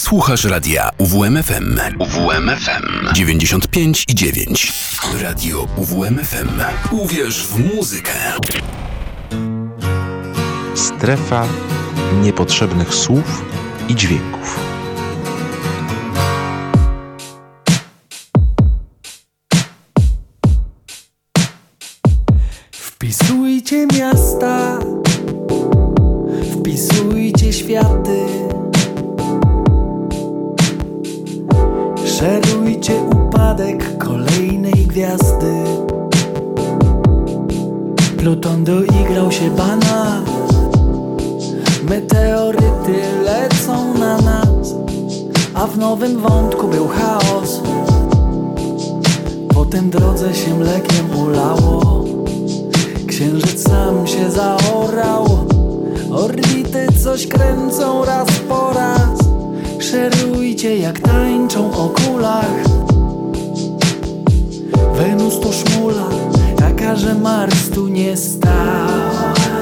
Słuchasz radia UWMFM. UWMFM 95,9. Radio UWMFM. Uwierz w muzykę. Strefa niepotrzebnych słów i dźwięków. Wpisujcie miasta, wpisujcie światy, szerujcie upadek kolejnej gwiazdy. Pluton doigrał się bana, meteoryty lecą na nas, a w nowym wątku był chaos. Potem drodze się mlekiem ulało, księżyc sam się zaorał, orbity coś kręcą raz po raz. Szerujcie jak tańczą o kulach. Wenus to szmula, taka, że Mars tu nie stał.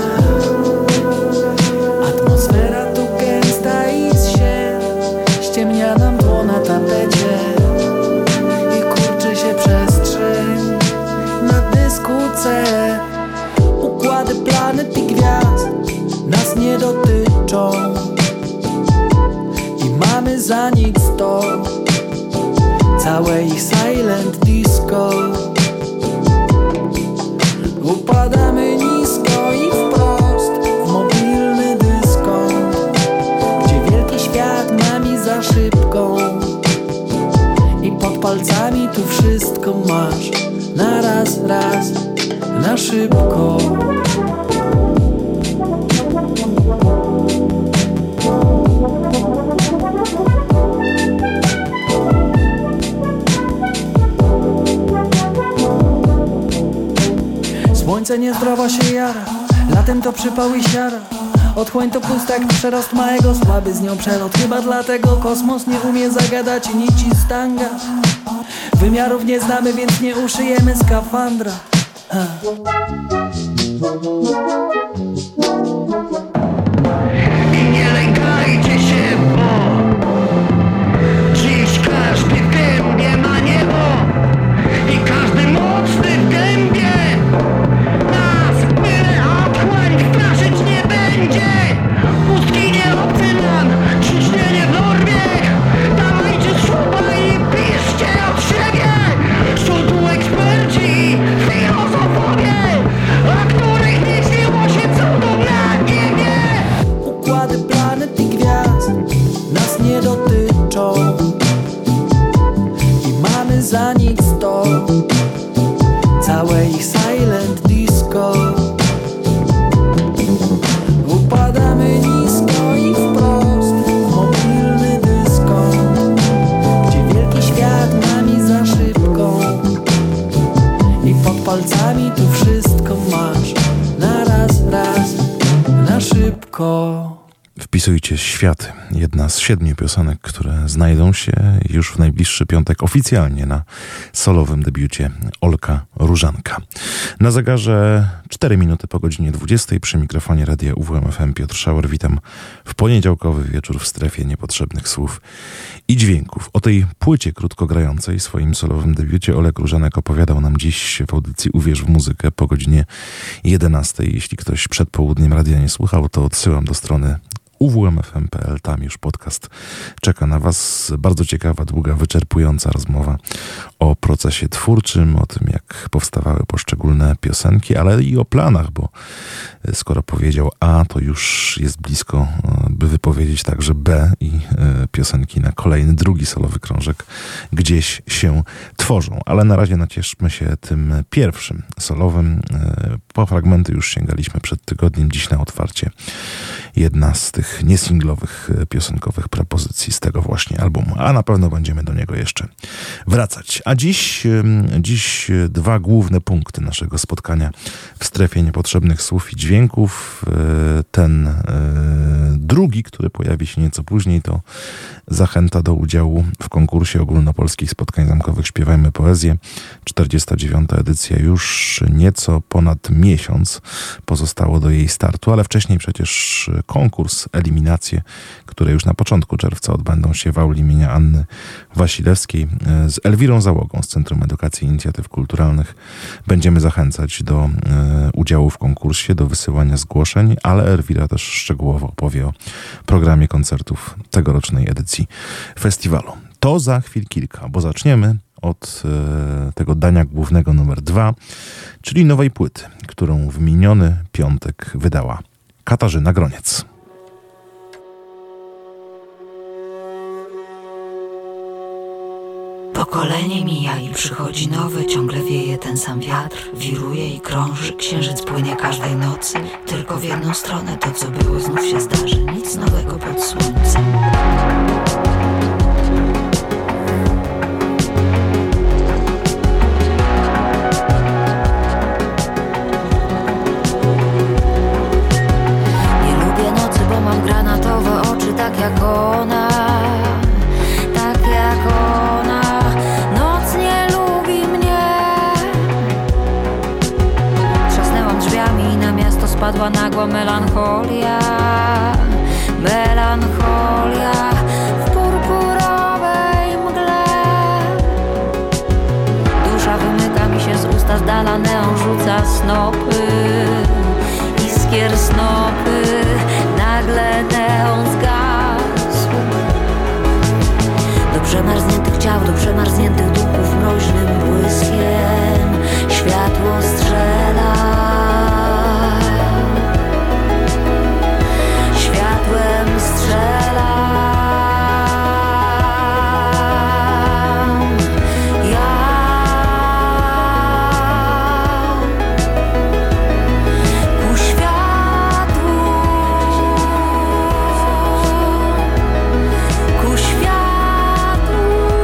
Atmosfera tu gęsta i ściemnia nam tło na tapecie i kurczy się przestrzeń na dysku C. Układy planet i gwiazd nas nie dotyczą i mamy za nic to całe ich silent disco. Upadamy nisko i wprost w mobilny dyskont, gdzie wielki świat nami za szybką i pod palcami tu wszystko masz na raz, na szybko. Słońce niezdrowo się jara, latem to przypał i siara. Otchłań to pustak, przerost małego, słaby z nią przelot. Chyba dlatego kosmos nie umie zagadać i nici stanga. Wymiarów nie znamy, więc nie uszyjemy skafandra. I nie lękajcie się, bo dziś każdy dębie ma niebo i każdy mocny w dębie nas byle otchłań straszyć nie będzie. Pustki nie obce nam, ciśnienie w normie. Dawajcie szuba i piszcie od siebie. Są tu eksperci, filozofowie, a których nie śniło się cudów na niebie. Układy planet i gwiazd nas nie dotyczą i mamy za nic to całe ich silent disco. Upadamy nisko i wprost w mobilny dyskont, gdzie wielki świat nami za szybką i pod palcami tu wszystko masz na raz, na szybko. Wpisujcie światy. Jedna z 7 piosenek, które znajdą się już w najbliższy piątek oficjalnie na solowym debiucie Olka Różanka. Na zegarze 4 minuty po godzinie 20 przy mikrofonie radia UWMFM Piotr Szauer. Witam w poniedziałkowy wieczór w strefie niepotrzebnych słów i dźwięków. O tej płycie krótkogrającej, swoim solowym debiucie Olek Różanek opowiadał nam dziś w audycji Uwierz w muzykę po godzinie 11. Jeśli ktoś przed południem radia nie słuchał, to odsyłam do strony uwmfm.pl. Tam już podcast czeka na was. Bardzo ciekawa, długa, wyczerpująca rozmowa o procesie twórczym, o tym, jak powstawały poszczególne piosenki, ale i o planach, bo skoro powiedział A, to już jest blisko, by wypowiedzieć także B i piosenki na kolejny, drugi solowy krążek gdzieś się tworzą. Ale na razie nacieszmy się tym pierwszym solowym. Po fragmenty już sięgaliśmy przed tygodniem. Dziś na otwarcie jedna z tych niesinglowych, piosenkowych propozycji z tego właśnie albumu, a na pewno będziemy do niego jeszcze wracać. A dziś dwa główne punkty naszego spotkania w strefie niepotrzebnych słów i dźwięków. Ten drugi, który pojawi się nieco później, to zachęta do udziału w konkursie ogólnopolskich spotkań zamkowych Śpiewajmy Czytajmy poezję. 49. edycja już nieco ponad miesiąc pozostało do jej startu, ale wcześniej przecież konkurs, eliminacje, które już na początku czerwca odbędą się w auli imienia Anny Wasilewskiej z Elwirą Załogą z Centrum Edukacji i Inicjatyw Kulturalnych. Będziemy zachęcać do udziału w konkursie, do wysyłania zgłoszeń, ale Elwira też szczegółowo opowie o programie koncertów tegorocznej edycji festiwalu. To za chwil kilka, bo zaczniemy od tego dania głównego numer 2, czyli nowej płyty, którą w miniony piątek wydała Katarzyna Groniec. Pokolenie mija i przychodzi nowe, ciągle wieje ten sam wiatr, wiruje i krąży, księżyc płynie każdej nocy, tylko w jedną stronę to co było znów się zdarzy, nic nowego pod słońcem. Nie lubię nocy, bo mam granatowe oczy, tak jak ona, tak jak ona. Noc nie lubi mnie. Trzasnęłam drzwiami i na miasto spadła nagła melancholia. Melancholia w purpurowej mgle. Dusza wymyka mi się z usta, z dala neon rzuca snopy, iskier snopy. Nagle neon zgasł. Do przemarzniętych ciał, do przemarzniętych duchów mroźnym błyskiem światło strzela. Światłem strzela. Ku światłu, ku światłu.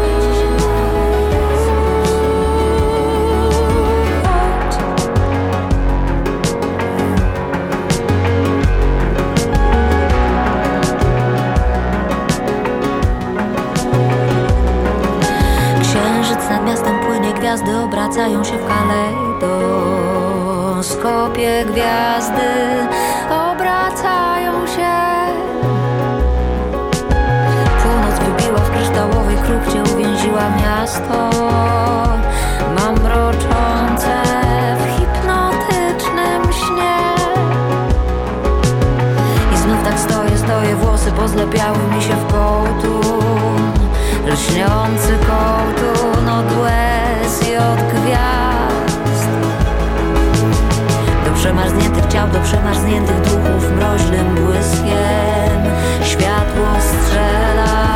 Księżyc nad miastem płynie, gwiazdy obracają się w kalejdoskopie. Gwiazdy obracają się. Północ wybiła w kryształowej kruchcie, uwięziła miasto. Mam mroczące w hipnotycznym śnie. I znów tak stoję, włosy pozlepiały mi się w kołtun. Lśniący kołtun od łez i od gwiazd. Do przemarzniętych ciał, do przemarzniętych duchów mroźnym błyskiem światło strzela.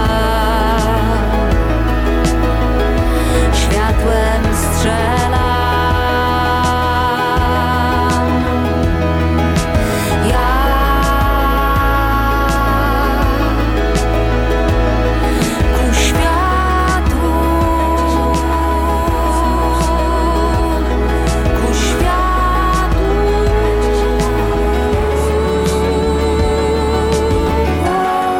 Światłem strzela. Ku światłu, ku światłu.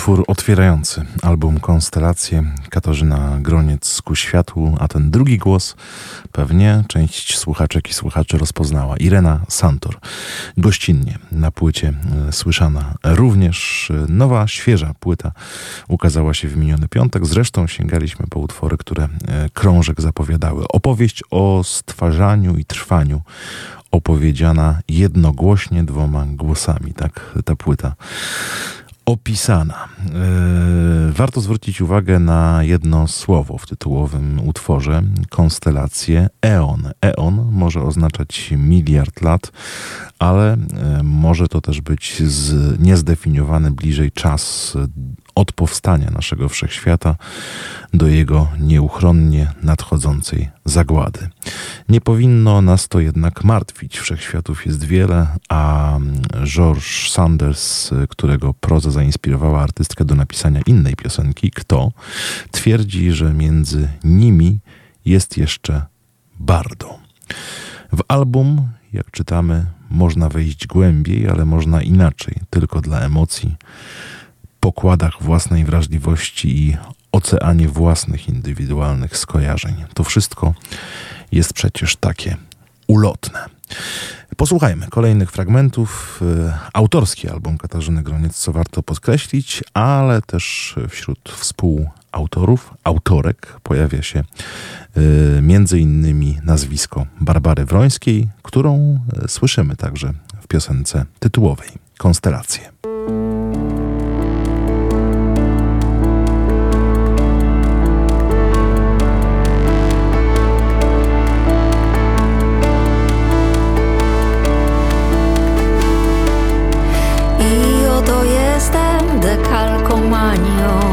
utwór otwierający album Konstelacje, Katarzyna Groniec ku światłu, a ten drugi głos pewnie część słuchaczek i słuchaczy rozpoznała. Irena Santor, gościnnie na płycie słyszana również. Nowa, świeża płyta ukazała się w miniony piątek. Zresztą sięgaliśmy po utwory, które krążek zapowiadały. Opowieść o stwarzaniu i trwaniu opowiedziana jednogłośnie 2 głosami. Tak ta płyta opisana. Warto zwrócić uwagę na jedno słowo w tytułowym utworze Konstelacje. Eon. Eon może oznaczać miliard lat, ale może to też być niezdefiniowany bliżej czas od powstania naszego wszechświata do jego nieuchronnie nadchodzącej zagłady. Nie powinno nas to jednak martwić. Wszechświatów jest wiele, a George Sanders, którego proza zainspirowała artystkę do napisania innej piosenki, Kto, twierdzi, że między nimi jest jeszcze Bardo. W album, jak czytamy, można wejść głębiej, ale można inaczej, tylko dla emocji, pokładach własnej wrażliwości i oceanie własnych indywidualnych skojarzeń. To wszystko jest przecież takie ulotne. Posłuchajmy kolejnych fragmentów. Autorski album Katarzyny Groniec, co warto podkreślić, ale też wśród autorek pojawia się między innymi nazwisko Barbary Wrońskiej, którą słyszymy także w piosence tytułowej Konstelacje. Dekalkomanią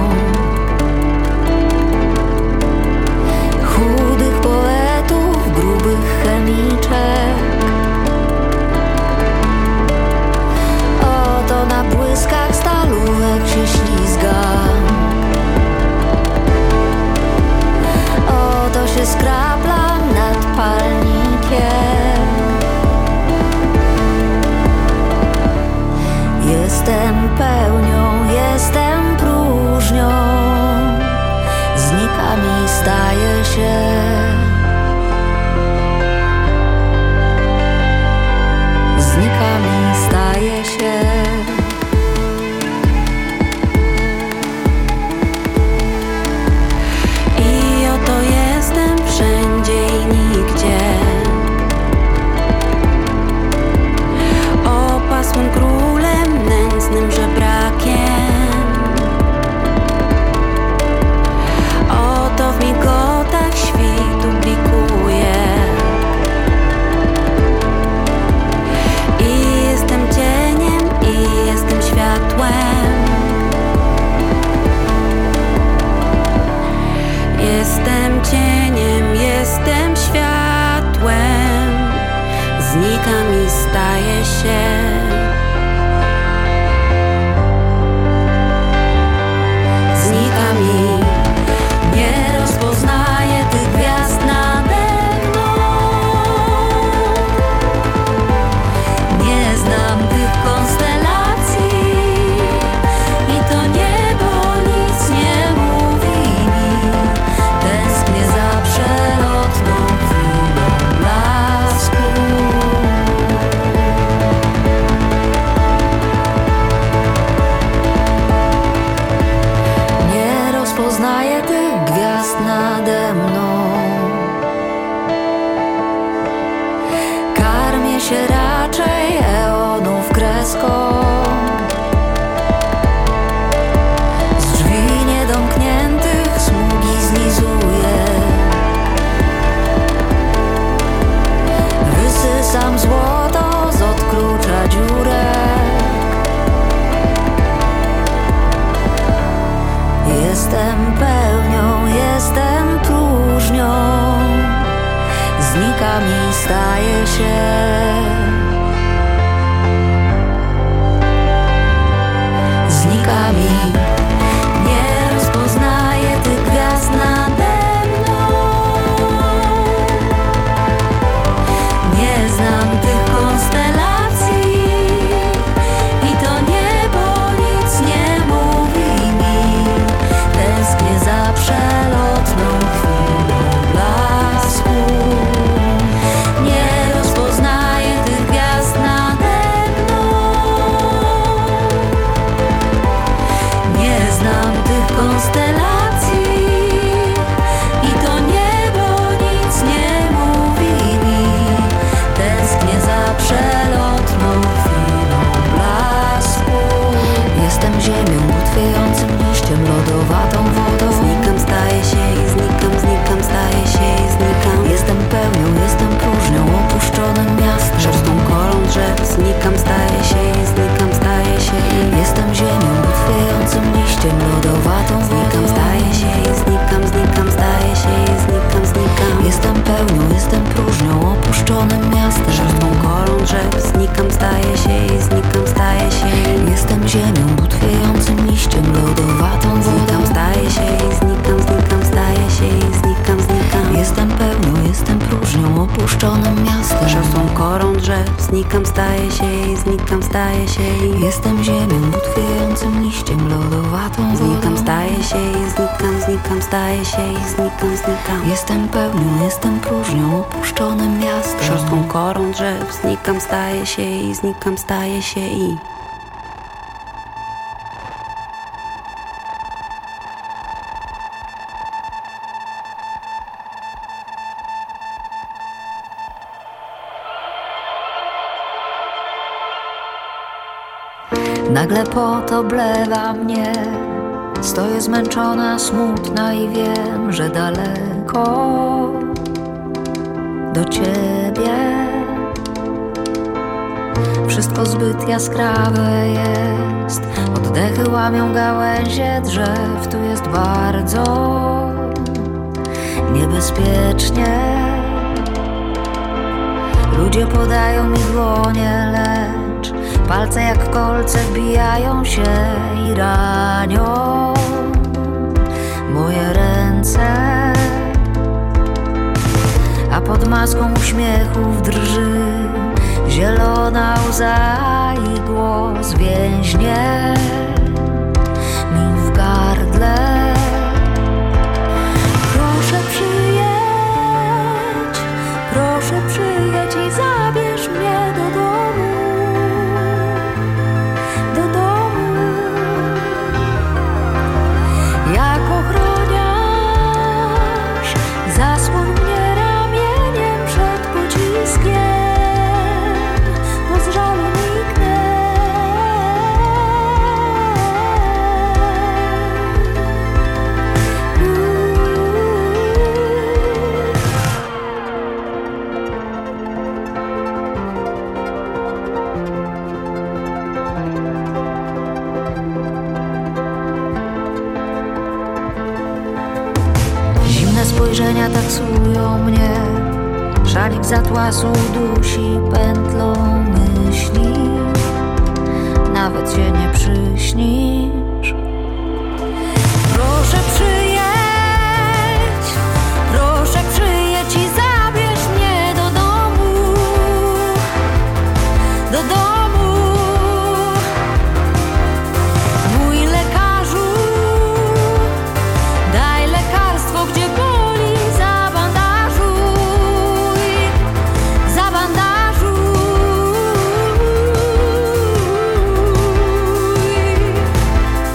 chudych poetów, grubych chemiczek. Oto na błyskach stalówek się ślizgam. Oto się skraplam nad palnikiem. Jestem pełnią, jestem próżnią, znika mi, staje się. Znika mi, staje się. I oto jestem wszędzie i nigdzie, opasłym królem, nędznym żebrakiem. Oto w migotach świtu blikuje i jestem cieniem i jestem światłem. Jestem cieniem, jestem światłem. Znika mi, staje się. Znika mi, nie rozpoznaję tych gwiazd nade mną. Nie znam tych konstelacji i to niebo nic nie mówi mi. Tęsknię za przelotną chwilą blasku. Poznaję tych gwiazd nade mną. Karmię się raczej eonów kreską. Z drzwi niedomkniętych smugi zlizuję. Wysysam złoto z odklucza dziurek. Jestem pełnią, jestem próżnią. Znika mi, staje się. Znika mi, nie rozpoznaję tych gwiazd nade mną. Nie znam tych konstelacji i to niebo nic nie mówi. drzew, znikam, staję się i znikam, staję się i jestem ziemią, butwiejącym liściem, lodowatą wodą. Znikam, staję się i znikam, znikam, staję się i znikam, znikam. Jestem pełnią, jestem próżnią, opuszczonym miastem, szosą, korą drzew, znikam, staję się i znikam, staję się i jestem ziemią, butwiejącym liściem, lodowatą wodą. Znikam, staję się i znikam, znikam, staję się i znikam, znikam. Jestem pełnią, jestem próżnią, opuszczonym miastem, szoską, korą drzew, znikam, staję się i znikam, staję się i nagle pot oblewa mnie. Stoję zmęczona, smutna i wiem, że daleko do ciebie. Wszystko zbyt jaskrawe jest, oddechy łamią gałęzie drzew. Tu jest bardzo niebezpiecznie. Ludzie podają mi dłonie, lecz palce jak kolce wbijają się i ranią moje ręce. A pod maską uśmiechów drży zielona łza i głos więźnie mi w gardle. Proszę przyjedź, proszę przyjedź i zabierz mnie do domu, do domu. Jak ochroniarz zasłoń mnie ramieniem przed pociskiem, bo z żalu niknę. Zimne spojrzenia taksują mnie, szalik zatłasu dusi pętlą myśli. Nawet się nie przyśnisz. Proszę przyjedź i zabierz mnie do domu, do domu. Mój lekarzu, daj lekarstwo, gdzie boli, zabandażuj, zabandażuj.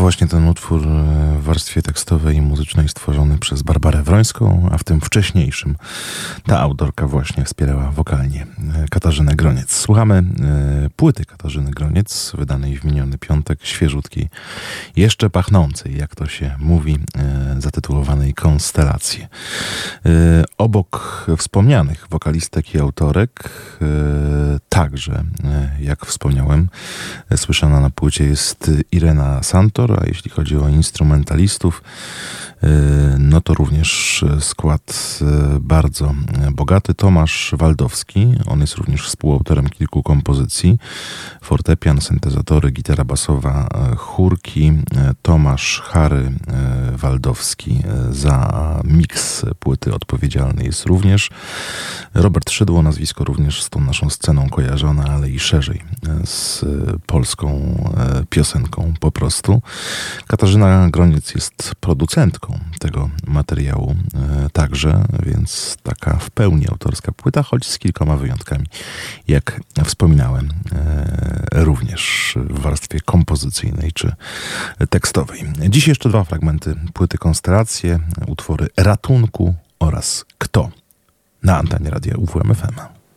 Właśnie ten utwór w warstwie tekstowej i muzycznej stworzony przez Barbarę Wrońską, a w tym wcześniejszym ta autorka właśnie wspierała wokalnie Katarzynę Groniec. Słuchamy płyty Katarzyny Groniec, wydanej w miniony piątek, świeżutkiej, jeszcze pachnącej, jak to się mówi, zatytułowanej Konstelacje. Obok wspomnianych wokalistek i autorek także, jak wspomniałem, słyszana na płycie jest Irena Santor, a jeśli chodzi o instrumentalistów, no to również skład bardzo bogaty. Tomasz Waldowski, on jest również współautorem kilku kompozycji. Fortepian, syntezatory, gitara basowa, chórki. Tomasz Chary Waldowski za miks płyty odpowiedzialny jest również. Robert Szydło, nazwisko również z tą naszą sceną kojarzone, ale i szerzej z polską piosenką po prostu. Katarzyna Groniec jest producentką tego materiału także, więc taka w pełni autorska płyta, choć z kilkoma wyjątkami, jak wspominałem, również w warstwie kompozycyjnej czy tekstowej. Dziś jeszcze dwa fragmenty płyty Konstelacje, utwory Ratunku oraz Kto na antenie radia UWM FM.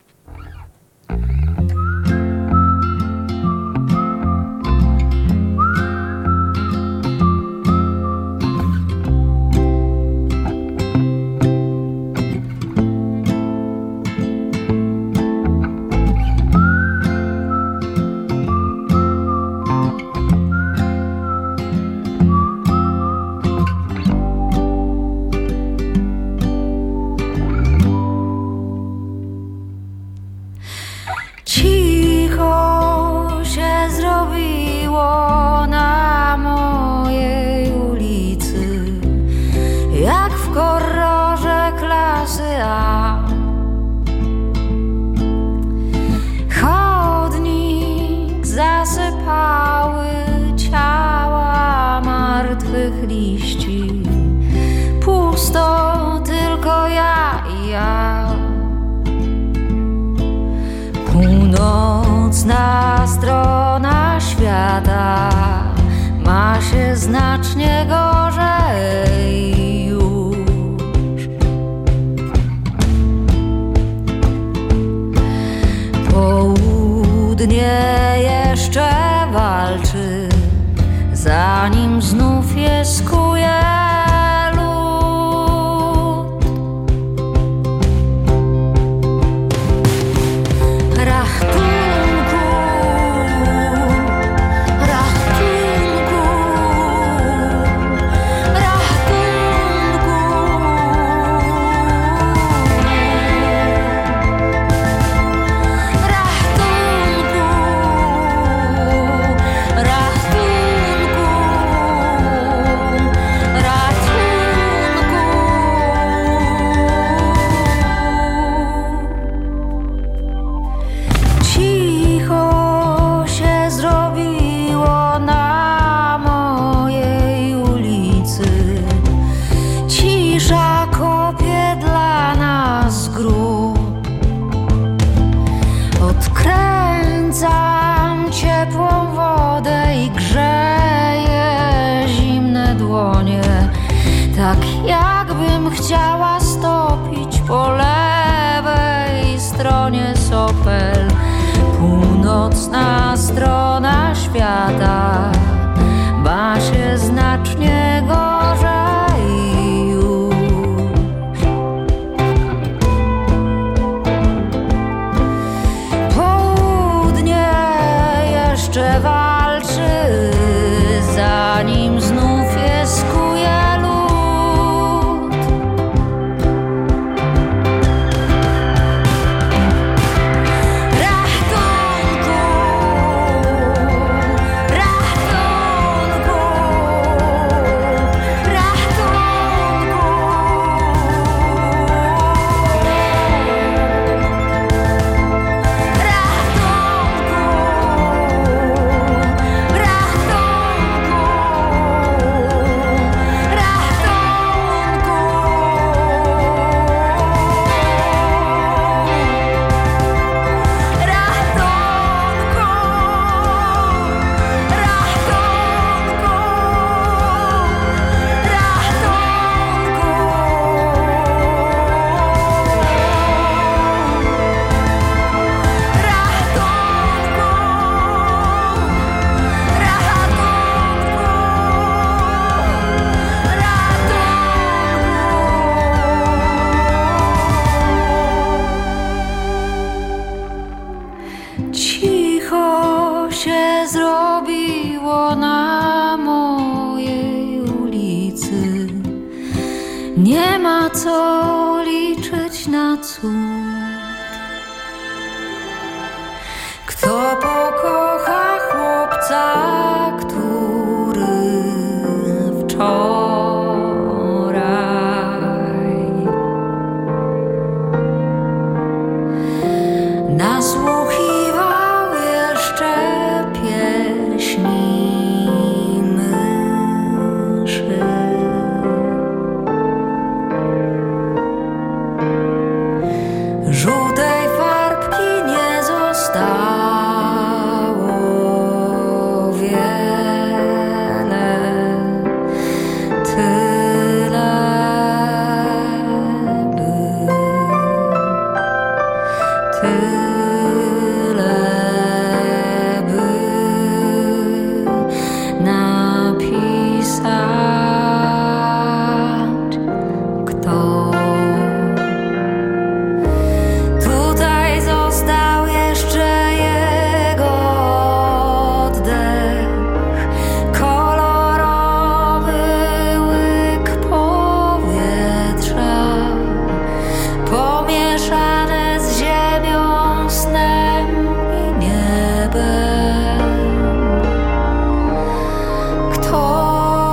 Chodnik zasypały ciała martwych liści. Pusto tylko ja i ja. Północna strona świata ma się znacznie gorzej. Południe jeszcze walczy, zanim znów je skuje lód. Rachtunku, rachtunku, rachtunku. Odkręcam ciepłą wodę i grzeję zimne dłonie, tak jakbym chciała stopić po lewej stronie sopel. Północna strona świata ma się znacznie gorzej. Jeszcze walczy, zanim znów je skuje lód. Rachtunku, rachtunku, na cud. Kto pokocha chłopca, który wczoraj nasłuchiwał jeszcze pieśni myszy? Żółtej farbki nie zostało wiele, tyle by napisać. Kto tutaj został jeszcze jego oddech, kolorowy łyk powietrza, pomieszane z ziemią, snem i niebem. Kto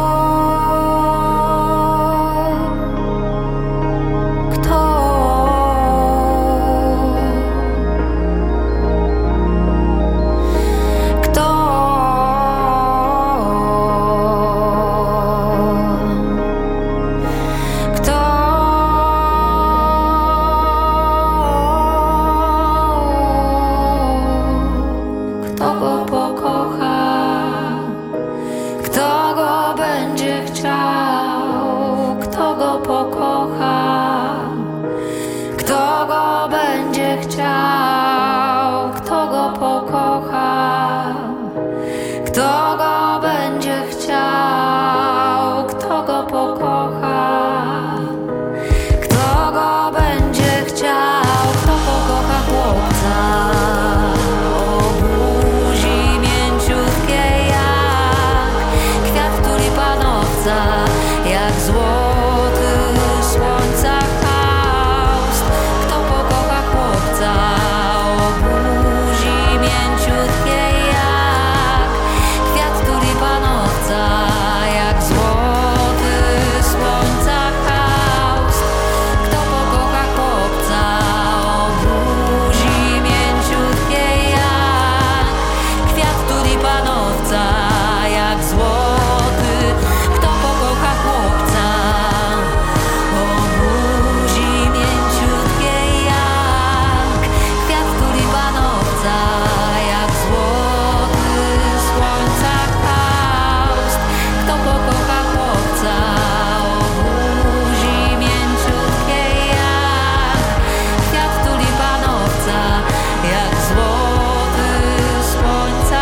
go pokocha? Kto go będzie chciał? Kto go pokocha? Kto go będzie chciał? Kto go pokocha? Kto go będzie chciał? Kto go pokocha? Kto go będzie chciał? Kto pokocha chłopca o buzi mięciutkiej jak kwiat tulipanowca, jak złoty słońca haust? Kto pokocha chłopca o buzi mięciutkiej jak kwiat tulipanowca, jak złoty słońca haust? Kto pokocha chłopca o buzi mięciutkiej jak kwiat tulipanowca, jak złoty? Kto pokocha chłopca o buzi mięciutkiej jak kwiat tulipanowca, jak złoty słońca haust? Kto pokocha chłopca o buzi mięciutkiej jak kwiat tulipanowca, jak złoty słońca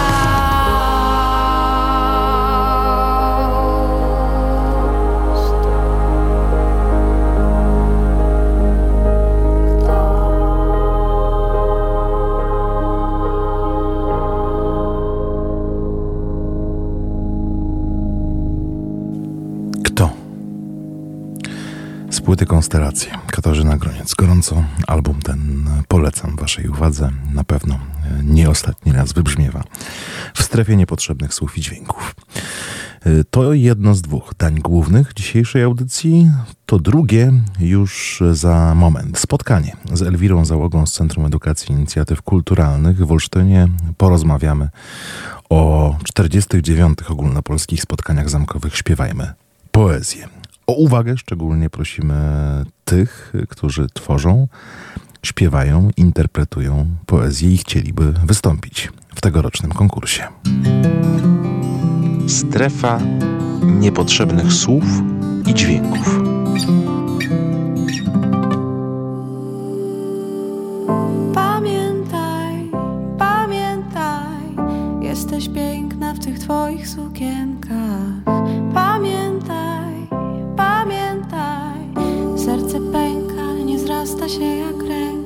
Kto? Z płyty Konstelacje, Katarzyna Groniec. Gorąco album ten polecam waszej uwadze. Na pewno nie ostatni raz wybrzmiewa w strefie niepotrzebnych słów i dźwięków. To jedno z dwóch dań głównych dzisiejszej audycji. To drugie już za moment. Spotkanie z Elwirą Załogą z Centrum Edukacji i Inicjatyw Kulturalnych w Olsztynie. Porozmawiamy o 49. ogólnopolskich spotkaniach zamkowych Śpiewajmy Poezję. O uwagę szczególnie prosimy tych, którzy tworzą, śpiewają, interpretują poezję i chcieliby wystąpić w tegorocznym konkursie. Strefa niepotrzebnych słów i dźwięków. Pamiętaj, pamiętaj, jesteś piękna w tych twoich sukienkach. Pamiętaj, pamiętaj, serce pęka, nie zrasta się jak ręka.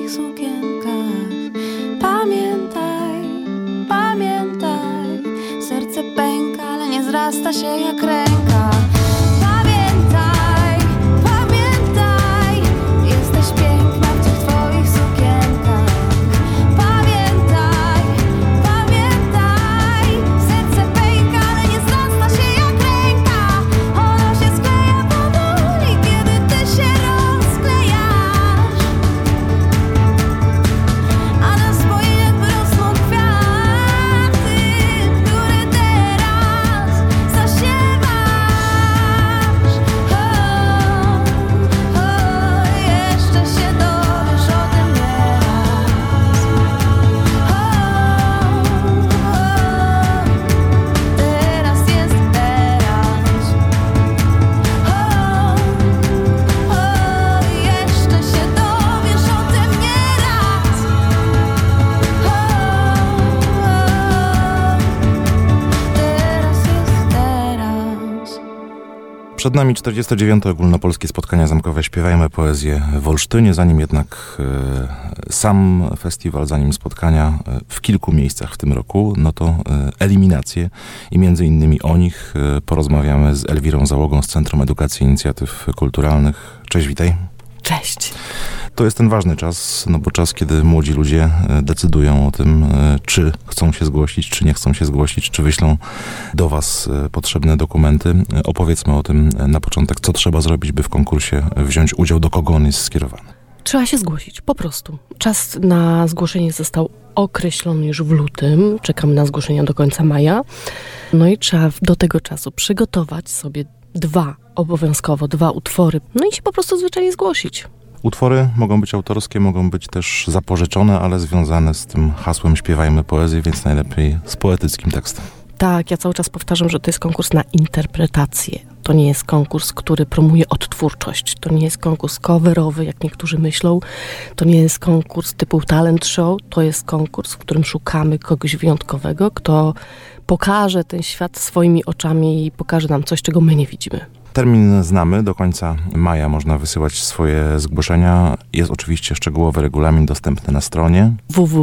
twoich sukienkach. Pamiętaj, pamiętaj, serce pęka, ale nie zrasta się jak ręka. Pamiętaj, pamiętaj, jesteś piękna w tych twoich sukienkach. Pamiętaj, pamiętaj, serce pęka, ale nie zrasta się jak ręka. Ono się skleja powoli, kiedy ty się rozklejasz. A na spojenek wyrosną kwiaty, które teraz zasiewasz. Jeszcze się dowiesz o tym nieraz. Teraz jest teraz. Jeszcze się dowiesz o tym nieraz. Teraz jest teraz. Przed nami 49. ogólnopolskie spotkania zamkowe Śpiewajmy poezję w Olsztynie. Zanim jednak sam festiwal, zanim spotkania w kilku miejscach w tym roku, no to eliminacje i między innymi o nich porozmawiamy z Elwirą Załogą z Centrum Edukacji i Inicjatyw Kulturalnych. Cześć, witaj. Cześć. To jest ten ważny czas, no bo czas, kiedy młodzi ludzie decydują o tym, czy chcą się zgłosić, czy nie chcą się zgłosić, czy wyślą do was potrzebne dokumenty. Opowiedzmy o tym na początek, co trzeba zrobić, by w konkursie wziąć udział, do kogo on jest skierowany. Trzeba się zgłosić, po prostu. Czas na zgłoszenie został określony już w lutym. Czekamy na zgłoszenia do końca maja. No i trzeba do tego czasu przygotować sobie obowiązkowo dwa utwory. No i się po prostu zwyczajnie zgłosić. Utwory mogą być autorskie, mogą być też zapożyczone, ale związane z tym hasłem Śpiewajmy poezję, więc najlepiej z poetyckim tekstem. Tak, ja cały czas powtarzam, że to jest konkurs na interpretację. To nie jest konkurs, który promuje odtwórczość. To nie jest konkurs coverowy, jak niektórzy myślą. To nie jest konkurs typu talent show. To jest konkurs, w którym szukamy kogoś wyjątkowego, kto pokaże ten świat swoimi oczami i pokaże nam coś, czego my nie widzimy. Termin znamy, do końca maja można wysyłać swoje zgłoszenia. Jest oczywiście szczegółowy regulamin dostępny na stronie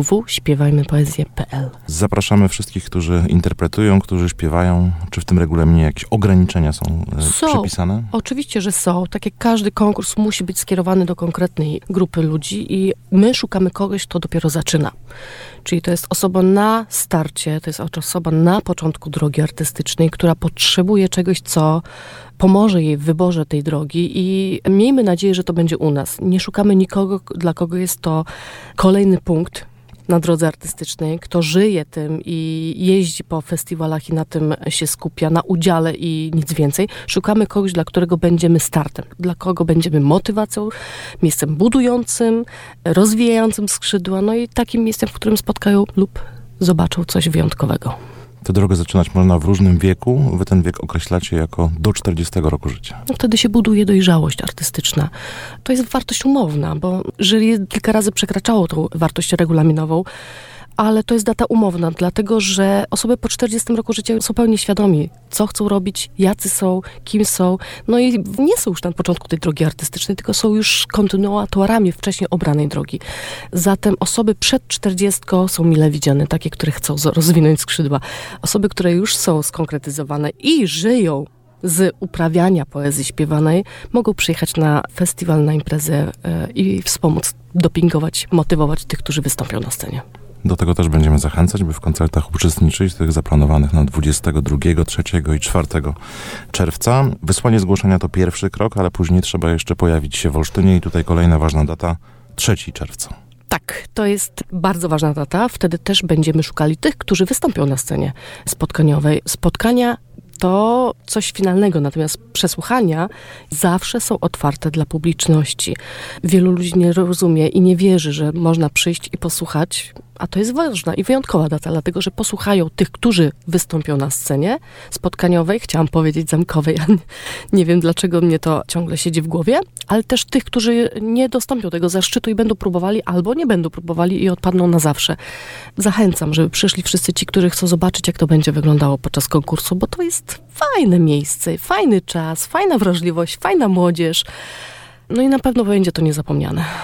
www.śpiewajmypoezję.pl. Zapraszamy wszystkich, którzy interpretują, którzy śpiewają. Czy w tym regulaminie jakieś ograniczenia są przepisane? Oczywiście, że są. Tak jak każdy konkurs musi być skierowany do konkretnej grupy ludzi i my szukamy kogoś, kto dopiero zaczyna. Czyli to jest osoba na starcie, to jest osoba na początku drogi artystycznej, która potrzebuje czegoś, co pomoże jej w wyborze tej drogi i miejmy nadzieję, że to będzie u nas. Nie szukamy nikogo, dla kogo jest to kolejny punkt na drodze artystycznej, kto żyje tym i jeździ po festiwalach i na tym się skupia, na udziale i nic więcej. Szukamy kogoś, dla którego będziemy startem, dla kogo będziemy motywacją, miejscem budującym, rozwijającym skrzydła, no i takim miejscem, w którym spotkają lub zobaczą coś wyjątkowego. Tę drogę zaczynać można w różnym wieku. Wy ten wiek określacie jako do 40 roku życia. No wtedy się buduje dojrzałość artystyczna. To jest wartość umowna, bo jury kilka razy przekraczało tą wartość regulaminową, ale to jest data umowna, dlatego że osoby po 40 roku życia są pełni świadomi, co chcą robić, jacy są, kim są. No i nie są już na początku tej drogi artystycznej, tylko są już kontynuatorami wcześniej obranej drogi. Zatem osoby przed 40 są mile widziane, takie, które chcą rozwinąć skrzydła. Osoby, które już są skonkretyzowane i żyją z uprawiania poezji śpiewanej, mogą przyjechać na festiwal, na imprezę i wspomóc, dopingować, motywować tych, którzy wystąpią na scenie. Do tego też będziemy zachęcać, by w koncertach uczestniczyć, tych zaplanowanych na 22, 3 i 4 czerwca. Wysłanie zgłoszenia to pierwszy krok, ale później trzeba jeszcze pojawić się w Olsztynie i tutaj kolejna ważna data, 3 czerwca. Tak, to jest bardzo ważna data. Wtedy też będziemy szukali tych, którzy wystąpią na scenie spotkaniowej. Spotkania to coś finalnego, natomiast przesłuchania zawsze są otwarte dla publiczności. Wielu ludzi nie rozumie i nie wierzy, że można przyjść i posłuchać, a to jest ważna i wyjątkowa data, dlatego że posłuchają tych, którzy wystąpią na scenie spotkaniowej, chciałam powiedzieć zamkowej, a nie wiem dlaczego mnie to ciągle siedzi w głowie, ale też tych, którzy nie dostąpią tego zaszczytu i będą próbowali albo nie będą próbowali i odpadną na zawsze. Zachęcam, żeby przyszli wszyscy ci, którzy chcą zobaczyć, jak to będzie wyglądało podczas konkursu, bo to jest fajne miejsce, fajny czas, fajna wrażliwość, fajna młodzież. No i na pewno będzie to niezapomniane.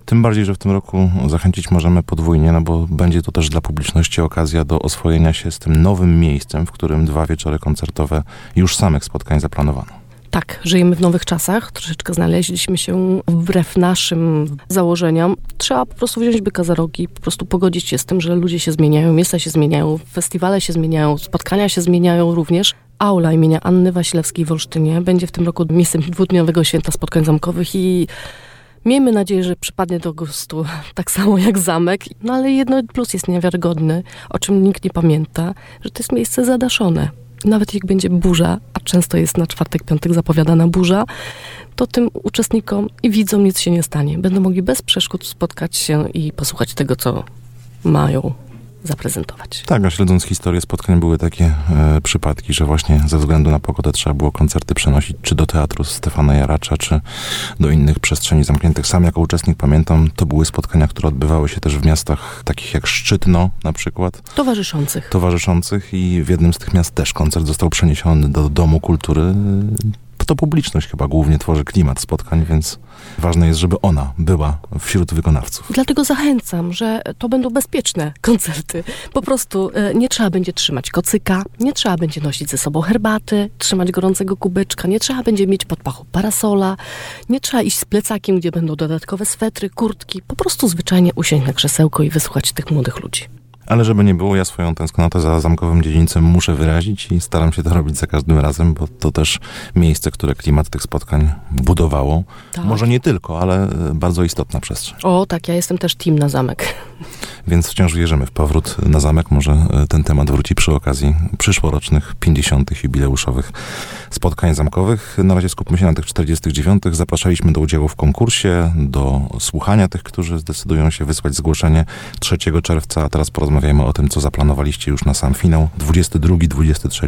Tym bardziej, że w tym roku zachęcić możemy podwójnie, no bo będzie to też dla publiczności okazja do oswojenia się z tym nowym miejscem, w którym 2 wieczory koncertowe już samych spotkań zaplanowano. Tak, żyjemy w nowych czasach, troszeczkę znaleźliśmy się wbrew naszym założeniom. Trzeba po prostu wziąć byka za rogi, po prostu pogodzić się z tym, że ludzie się zmieniają, miejsca się zmieniają, festiwale się zmieniają, spotkania się zmieniają również. Aula imienia Anny Wasilewskiej w Olsztynie będzie w tym roku miejscem 2-dniowego święta spotkań zamkowych i miejmy nadzieję, że przypadnie do gustu tak samo jak zamek. No ale jedno plus jest niewiarygodny, o czym nikt nie pamięta, że to jest miejsce zadaszone. Nawet jak będzie burza, a często jest na czwartek, piątek zapowiadana burza, to tym uczestnikom i widzom nic się nie stanie. Będą mogli bez przeszkód spotkać się i posłuchać tego, co mają zaprezentować. Tak, a śledząc historię spotkań były takie przypadki, że właśnie ze względu na pogodę trzeba było koncerty przenosić czy do teatru Stefana Jaracza, czy do innych przestrzeni zamkniętych. Sam jako uczestnik pamiętam, to były spotkania, które odbywały się też w miastach takich jak Szczytno na przykład. Towarzyszących i w jednym z tych miast też koncert został przeniesiony do Domu Kultury. To publiczność chyba głównie tworzy klimat spotkań, więc ważne jest, żeby ona była wśród wykonawców. Dlatego zachęcam, że to będą bezpieczne koncerty. Po prostu nie trzeba będzie trzymać kocyka, nie trzeba będzie nosić ze sobą herbaty, trzymać gorącego kubeczka, nie trzeba będzie mieć pod pachą parasola, nie trzeba iść z plecakiem, gdzie będą dodatkowe swetry, kurtki. Po prostu zwyczajnie usiąść na krzesełko i wysłuchać tych młodych ludzi. Ale żeby nie było, ja swoją tęsknotę za zamkowym dziedzińcem muszę wyrazić i staram się to robić za każdym razem, bo to też miejsce, które klimat tych spotkań budowało. Tak. Może nie tylko, ale bardzo istotna przestrzeń. O tak, ja jestem też team na zamek. Więc wciąż wierzymy w powrót na zamek. Może ten temat wróci przy okazji przyszłorocznych 50. jubileuszowych spotkań zamkowych. Na razie skupmy się na tych 49. Zapraszaliśmy do udziału w konkursie, do słuchania tych, którzy zdecydują się wysłać zgłoszenie 3 czerwca, a teraz porozmawiajmy o tym, co zaplanowaliście już na sam finał. 22, 23,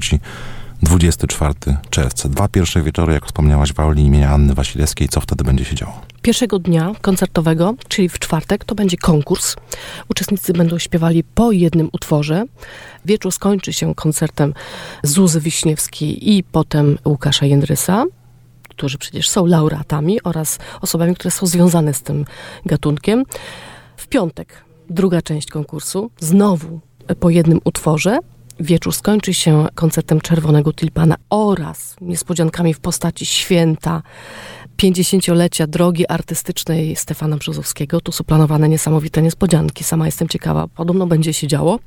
24 czerwca. 2 pierwsze wieczory, jak wspomniałaś, w auli imienia Anny Wasilewskiej. Co wtedy będzie się działo? Pierwszego dnia koncertowego, czyli w czwartek, to będzie konkurs. Uczestnicy będą śpiewali po jednym utworze. Wieczór skończy się koncertem Zuzy Wiśniewskiej i potem Łukasza Jędrysa, którzy przecież są laureatami oraz osobami, które są związane z tym gatunkiem. W piątek druga część konkursu, znowu po jednym utworze. Wieczór skończy się koncertem Czerwonego Tulipana oraz niespodziankami w postaci święta 50-lecia drogi artystycznej Stefana Brzozowskiego. Tu są planowane niesamowite niespodzianki. Sama jestem ciekawa. Podobno będzie się działo.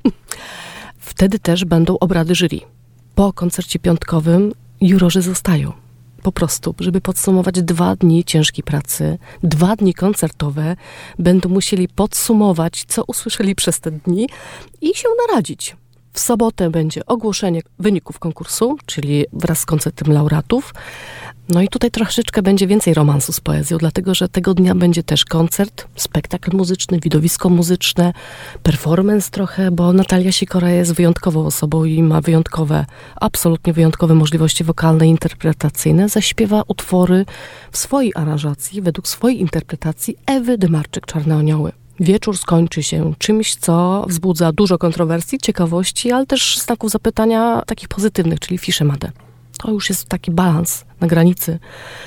Wtedy też będą obrady jury. Po koncercie piątkowym jurorzy zostają. Po prostu, żeby podsumować 2 dni ciężkiej pracy, 2 dni koncertowe, będą musieli podsumować, co usłyszeli przez te dni i się naradzić. W sobotę będzie ogłoszenie wyników konkursu, czyli wraz z koncertem laureatów. No i tutaj troszeczkę będzie więcej romansu z poezją, dlatego że tego dnia będzie też koncert, spektakl muzyczny, widowisko muzyczne, performance trochę, bo Natalia Sikora jest wyjątkową osobą i ma absolutnie wyjątkowe możliwości wokalne i interpretacyjne. Zaśpiewa utwory w swojej aranżacji, według swojej interpretacji Ewy Dymarczyk Czarne Anioły. Wieczór skończy się czymś, co wzbudza dużo kontrowersji, ciekawości, ale też znaków zapytania takich pozytywnych, czyli Fische Made. To już jest taki balans na granicy.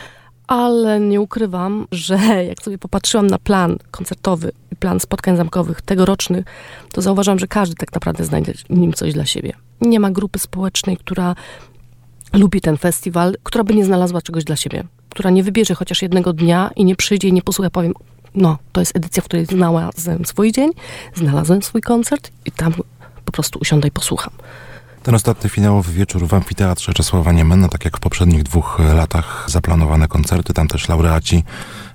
Ale nie ukrywam, że jak sobie popatrzyłam na plan koncertowy i plan spotkań zamkowych tegorocznych, to zauważam, że każdy tak naprawdę znajdzie w nim coś dla siebie. Nie ma grupy społecznej, która lubi ten festiwal, która by nie znalazła czegoś dla siebie. Która nie wybierze chociaż jednego dnia i nie przyjdzie i nie posłucha, powiem, no, to jest edycja, w której znalazłem swój dzień, znalazłem swój koncert i tam po prostu usiądę i posłucham. Ten ostatni finałowy wieczór w Amfiteatrze Czesława Niemena, tak jak w poprzednich 2 latach zaplanowane koncerty, tam też laureaci,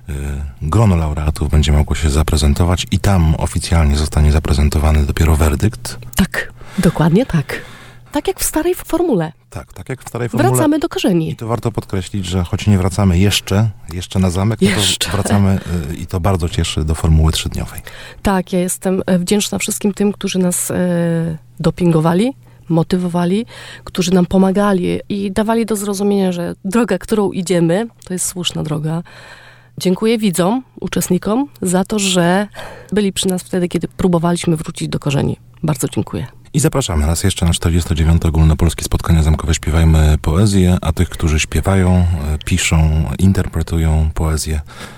grono laureatów będzie mogło się zaprezentować i tam oficjalnie zostanie zaprezentowany dopiero werdykt. Tak, dokładnie tak. Tak jak w starej formule. Tak jak w starej formule. Wracamy do korzeni. I to warto podkreślić, że choć nie wracamy jeszcze na zamek, to wracamy i to bardzo cieszy do formuły 3-dniowej. Tak, ja jestem wdzięczna wszystkim tym, którzy nas dopingowali, motywowali, którzy nam pomagali i dawali do zrozumienia, że droga, którą idziemy, to jest słuszna droga. Dziękuję widzom, uczestnikom za to, że byli przy nas wtedy, kiedy próbowaliśmy wrócić do korzeni. Bardzo dziękuję. I zapraszamy raz jeszcze na 49. Ogólnopolskie Spotkania Zamkowe Śpiewajmy Poezję, a tych, którzy śpiewają, piszą, interpretują poezję,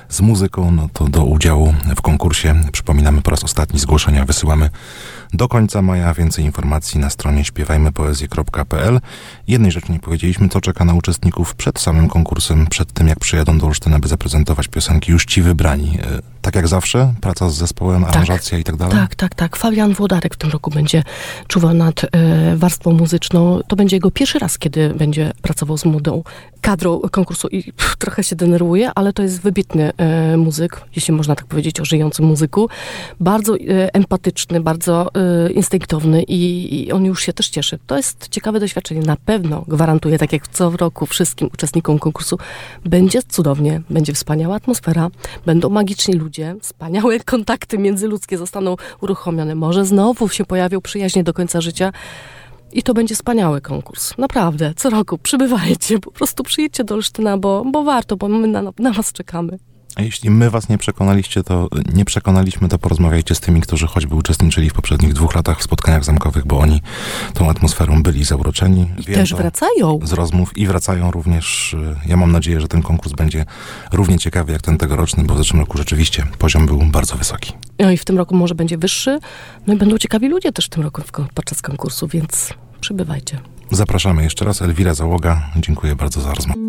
z muzyką, no to do udziału w konkursie, przypominamy po raz ostatni, zgłoszenia wysyłamy do końca maja. Więcej informacji na stronie śpiewajmypoezję.pl. Jednej rzeczy nie powiedzieliśmy, co czeka na uczestników przed samym konkursem, przed tym jak przyjadą do Olsztyna, by zaprezentować piosenki, już ci wybrani. Tak jak zawsze, praca z zespołem, aranżacja i tak dalej? Tak. Fabian Włodarek w tym roku będzie czuwał nad warstwą muzyczną. To będzie jego pierwszy raz, kiedy będzie pracował z młodą kadrą konkursu i trochę się denerwuje, ale to jest wybitny muzyk, jeśli można tak powiedzieć o żyjącym muzyku. Bardzo empatyczny, bardzo instynktowny i on już się też cieszy. To jest ciekawe doświadczenie. Na pewno gwarantuję, tak jak co roku wszystkim uczestnikom konkursu, będzie cudownie, będzie wspaniała atmosfera, będą magiczni ludzie, wspaniałe kontakty międzyludzkie zostaną uruchomione. Może znowu się pojawią przyjaźnie do końca życia. I to będzie wspaniały konkurs. Naprawdę, co roku przybywajcie, po prostu przyjedźcie do Olsztyna, bo warto, bo my na was czekamy. A jeśli my was nie przekonaliśmy, to porozmawiajcie z tymi, którzy choćby uczestniczyli w poprzednich 2 latach w spotkaniach zamkowych, bo oni tą atmosferą byli zauroczeni. I też wracają. Z rozmów i wracają również. Ja mam nadzieję, że ten konkurs będzie równie ciekawy jak ten tegoroczny, bo w zeszłym roku rzeczywiście poziom był bardzo wysoki. No i w tym roku może będzie wyższy. No i będą ciekawi ludzie też w tym roku podczas konkursu, więc przybywajcie. Zapraszamy jeszcze raz. Elwira Załoga, dziękuję bardzo za rozmowę.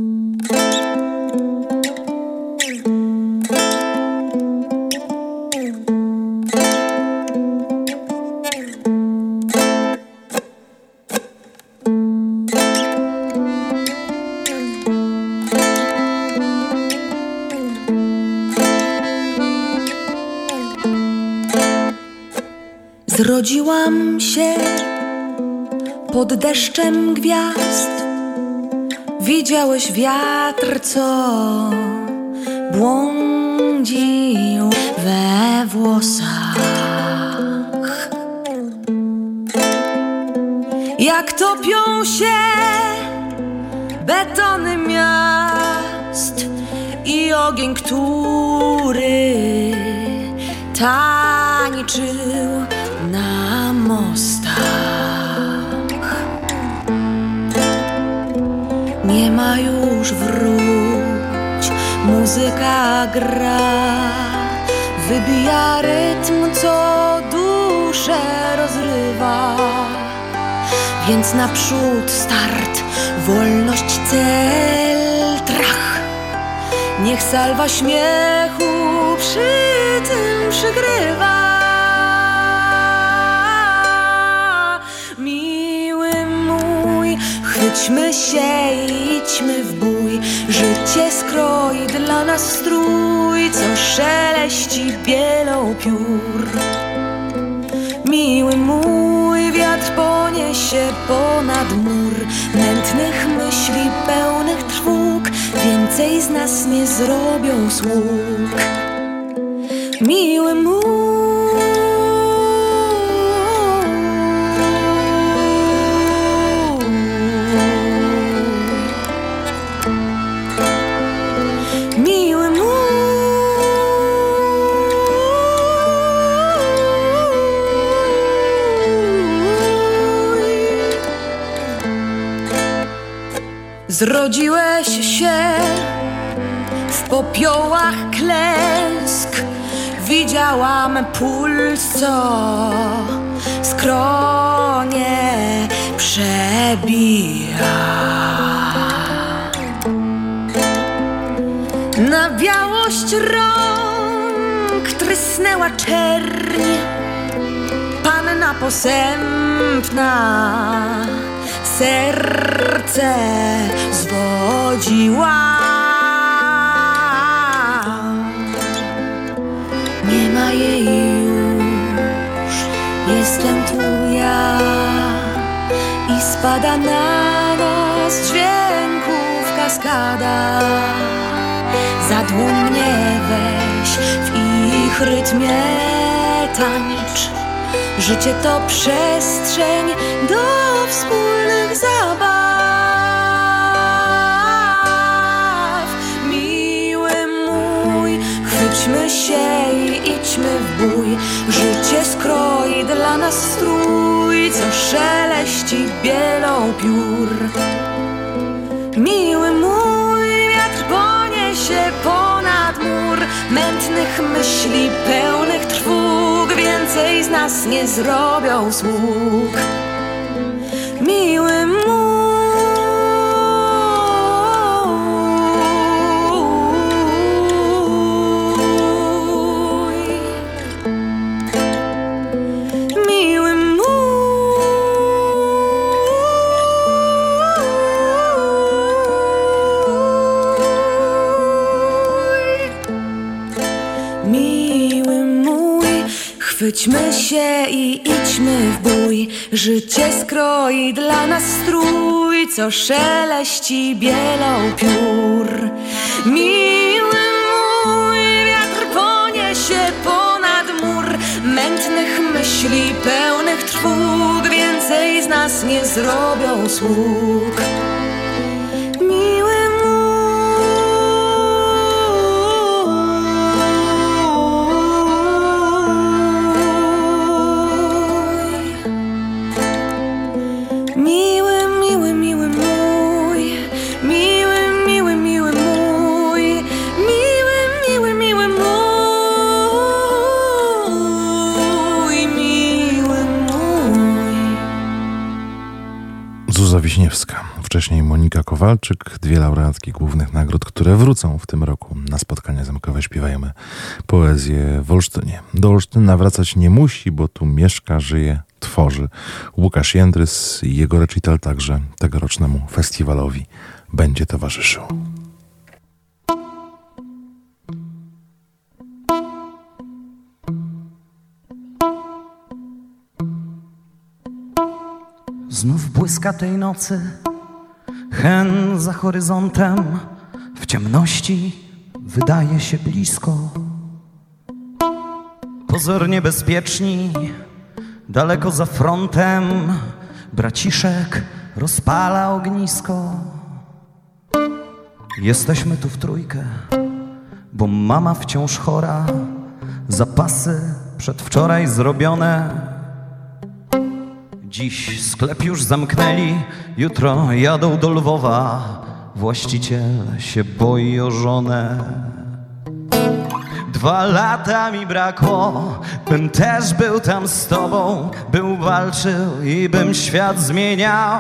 Zrodziłam się pod deszczem gwiazd. Widziałeś wiatr, co błądził we włosach. Jak topią się betony miast i ogień, który tańczył na mostach. Nie ma już wróć, muzyka gra, wybija rytm, co duszę rozrywa. Więc naprzód start, wolność cel, trach. Niech salwa śmiechu przy tym przygrywa. Chwyćmy się i idźmy w bój. Życie skroi dla nas strój, co szeleści bielą piór. Miły mój, wiatr poniesie ponad mur mętnych myśli pełnych trwóg. Więcej z nas nie zrobią sług. Miły mój, zrodziłeś się w popiołach klęsk. Widziałam puls, co skronie przebija. Na białość rąk trysnęła czerń, panna posępna serce zwodziła. Nie ma jej już, jestem tu ja i spada na nas dźwięków kaskada. Za dłoń mnie weź, w ich rytmie tańcz. Życie to przestrzeń do wspólnych zabaw. Miły mój, chwyćmy się i idźmy w bój. Życie skroi dla nas strój, co szeleści bielą piór. Miły mój, wiatr poniesie ponad mur mętnych myśli pełnych trwóg więcej z nas nie zrobią sług. Miły mój, miły mój, miły mój, chwyćmy się i idźmy w bój. Życie skroi dla nas strój, co szeleści bielą piór. Miły mój, wiatr poniesie ponad mur mętnych myśli pełnych trwóg więcej z nas nie zrobią sług. Miły miły, miły, miły mój, miły, miły, miły mój, miły, miły, miły mój, miły mój. Zuza Wiśniewska, wcześniej Monika Kowalczyk, dwie laureatki głównych nagród, które wrócą w tym roku na spotkania zamkowe. Śpiewajmy poezję w Olsztynie. Do Olsztyna wracać nie musi, bo tu mieszka, żyje, tworzy Łukasz Jędrys i jego recital także tegorocznemu festiwalowi będzie towarzyszył. Znów błyska tej nocy hen za horyzontem, w ciemności wydaje się blisko. Pozornie bezpieczni, daleko za frontem, braciszek rozpala ognisko. Jesteśmy tu w trójkę, bo mama wciąż chora, zapasy przedwczoraj zrobione. Dziś sklep już zamknęli, jutro jadą do Lwowa. Właściciel się boi o żonę. 2 lata mi brakło, bym też był tam z tobą, bym walczył i bym świat zmieniał.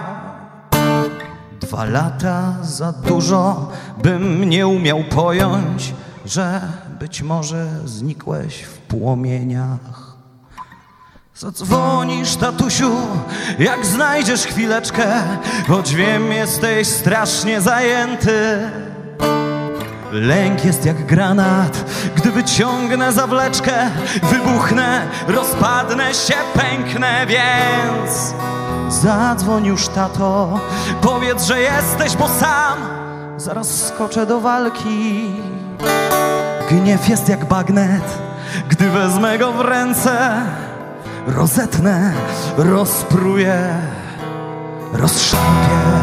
2 lata za dużo, bym nie umiał pojąć, że być może znikłeś w płomieniach. Zadzwonisz, tatusiu, jak znajdziesz chwileczkę, choć wiem, jesteś strasznie zajęty. Lęk jest jak granat, gdy wyciągnę zawleczkę, wybuchnę, rozpadnę się, pęknę, więc zadzwoń już, tato, powiedz, że jesteś, bo sam zaraz skoczę do walki. Gniew jest jak bagnet, gdy wezmę go w ręce, rozetnę, rozpruję, rozszarpię.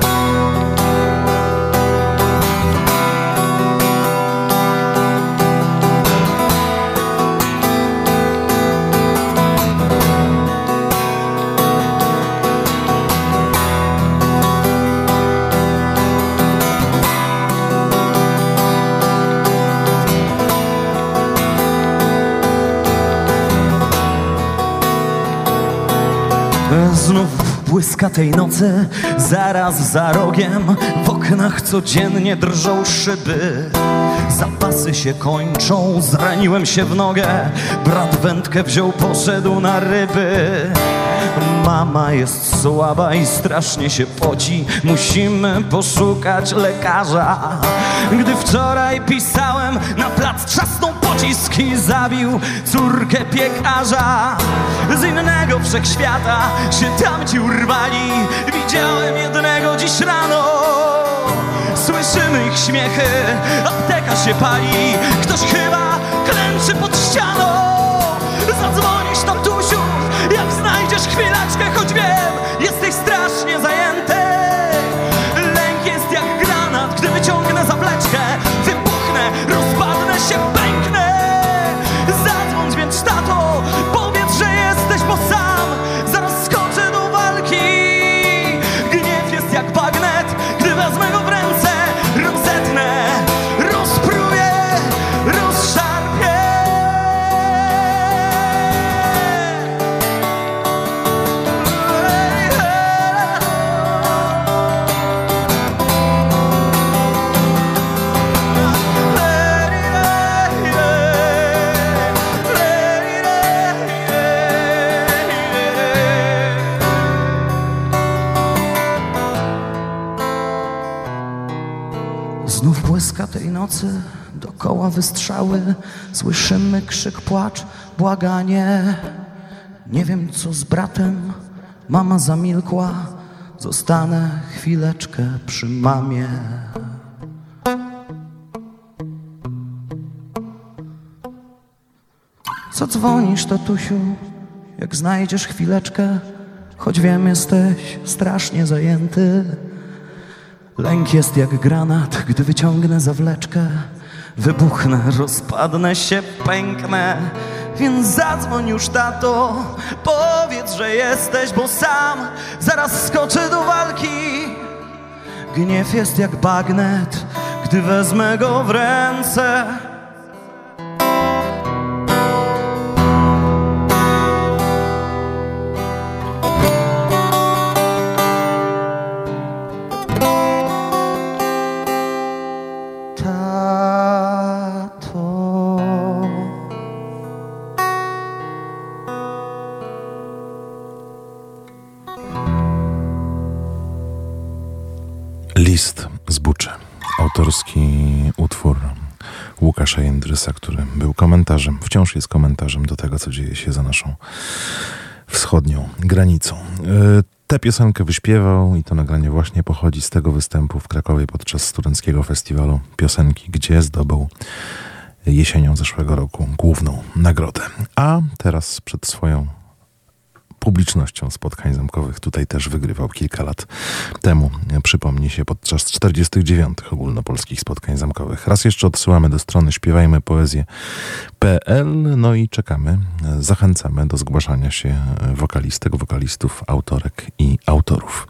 Znów błyska tej nocy, zaraz za rogiem, w oknach codziennie drżą szyby. Zapasy się kończą, zraniłem się w nogę, brat wędkę wziął, poszedł na ryby. Mama jest słaba i strasznie się poci, musimy poszukać lekarza. Gdy wczoraj pisałem, na plac trzasnął pocisk i zabił córkę piekarza. Z innego wszechświata się tamci urwali, widziałem jednego dziś rano. Słyszymy ich śmiechy, apteka się pali, ktoś chyba klęczy pod ścianą. Zadzwonisz, tatusiu, jak znajdziesz chwileczkę, choć wiem, jesteś strasznie zajęty. Lęk jest jak granat, gdy wyciągnę zawleczkę, wybuchnę, rozpadnę się, pęknę. Zadzwoń więc, tato, powiedz, że jesteś, bo sam zaraz skoczę do walki. Gniew jest jak bagnet, gdy wezmę go w ręce, rozetnę, rozpruję, rozszarpię. tej nocy dokoła wystrzały, słyszymy krzyk, płacz, błaganie. Nie wiem co z bratem, mama zamilkła, zostanę chwileczkę przy mamie. Co dzwonisz, tatusiu, jak znajdziesz chwileczkę, choć wiem, jesteś strasznie zajęty. Lęk jest jak granat, gdy wyciągnę zawleczkę, wybuchnę, rozpadnę się, pęknę. Więc zadzwoń już, tato, powiedz, że jesteś, bo sam zaraz skoczę do walki. Gniew jest jak bagnet, gdy wezmę go w ręce. List z Buczy. Autorski utwór Łukasza Jędrysa, który był komentarzem, wciąż jest komentarzem do tego, co dzieje się za naszą wschodnią granicą. Tę piosenkę wyśpiewał i to nagranie właśnie pochodzi z tego występu w Krakowie podczas Studenckiego Festiwalu Piosenki, gdzie zdobył jesienią zeszłego roku główną nagrodę. A teraz przed swoją publicznością spotkań zamkowych tutaj też wygrywał kilka lat temu, przypomni się, podczas 49. ogólnopolskich spotkań zamkowych. Raz jeszcze odsyłamy do strony śpiewajmypoezję.pl, no i czekamy, zachęcamy do zgłaszania się wokalistek, wokalistów, autorek i autorów.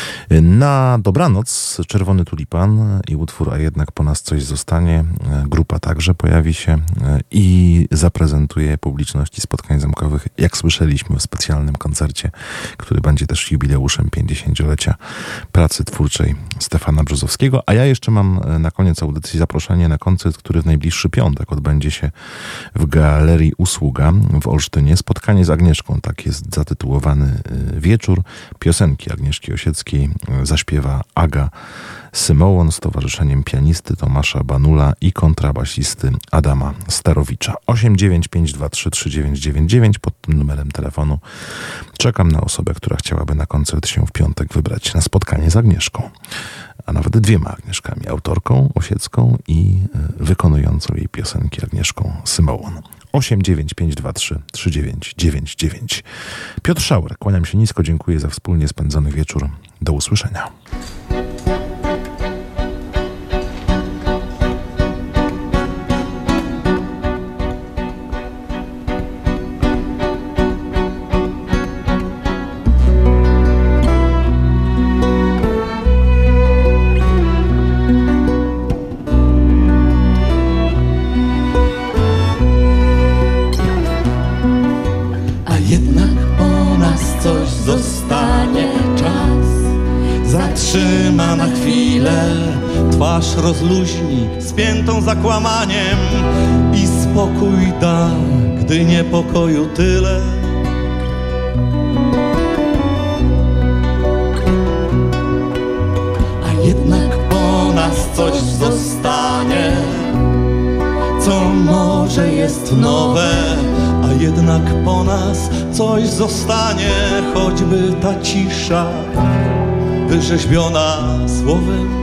Na dobranoc Czerwony Tulipan i utwór A jednak po nas coś zostanie. Grupa także pojawi się i zaprezentuje publiczności spotkań zamkowych, jak słyszeliśmy, w specjalnym koncercie, który będzie też jubileuszem 50-lecia pracy twórczej Stefana Brzozowskiego. A ja jeszcze mam na koniec audycji zaproszenie na koncert, który w najbliższy piątek odbędzie się w Galerii Usługa w Olsztynie. Spotkanie z Agnieszką, tak jest zatytułowany wieczór. Piosenki Agnieszki Osieckiej zaśpiewa Aga Symołon z towarzyszeniem pianisty Tomasza Banula i kontrabasisty Adama Starowicza. 895233999 pod tym numerem telefonu. Czekam na osobę, która chciałaby na koncert się w piątek wybrać na spotkanie z Agnieszką, a nawet dwiema Agnieszkami, autorką Osiecką i wykonującą jej piosenki Agnieszką Symołon. 895233999. Piotr Szauer, kłaniam się nisko, dziękuję za wspólnie spędzony wieczór. Do usłyszenia. Zatrzyma na chwilę, twarz rozluźni, spiętą zakłamaniem i spokój da, gdy niepokoju tyle. A jednak po nas coś zostanie, co może jest nowe. A jednak po nas coś zostanie, choćby ta cisza wyrzeźbiona słowem.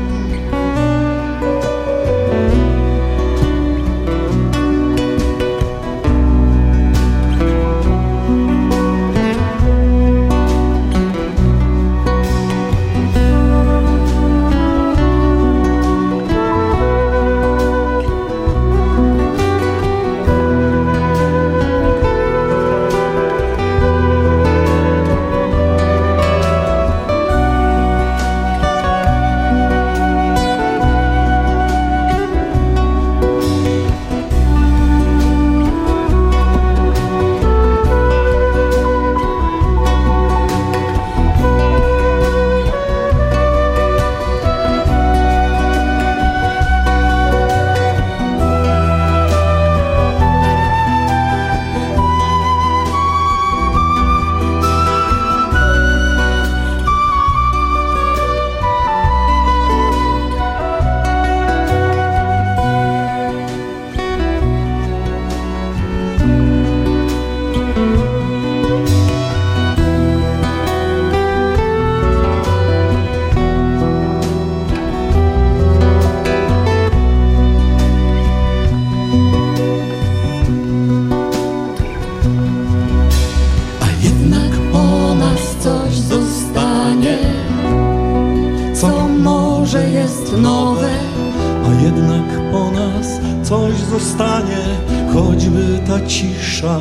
jednak po nas coś zostanie, choćby ta cisza.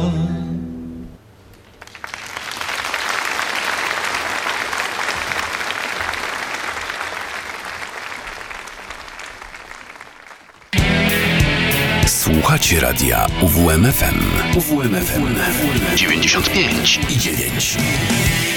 Słuchacie radia UWMFM. UWMFM 95 i 9.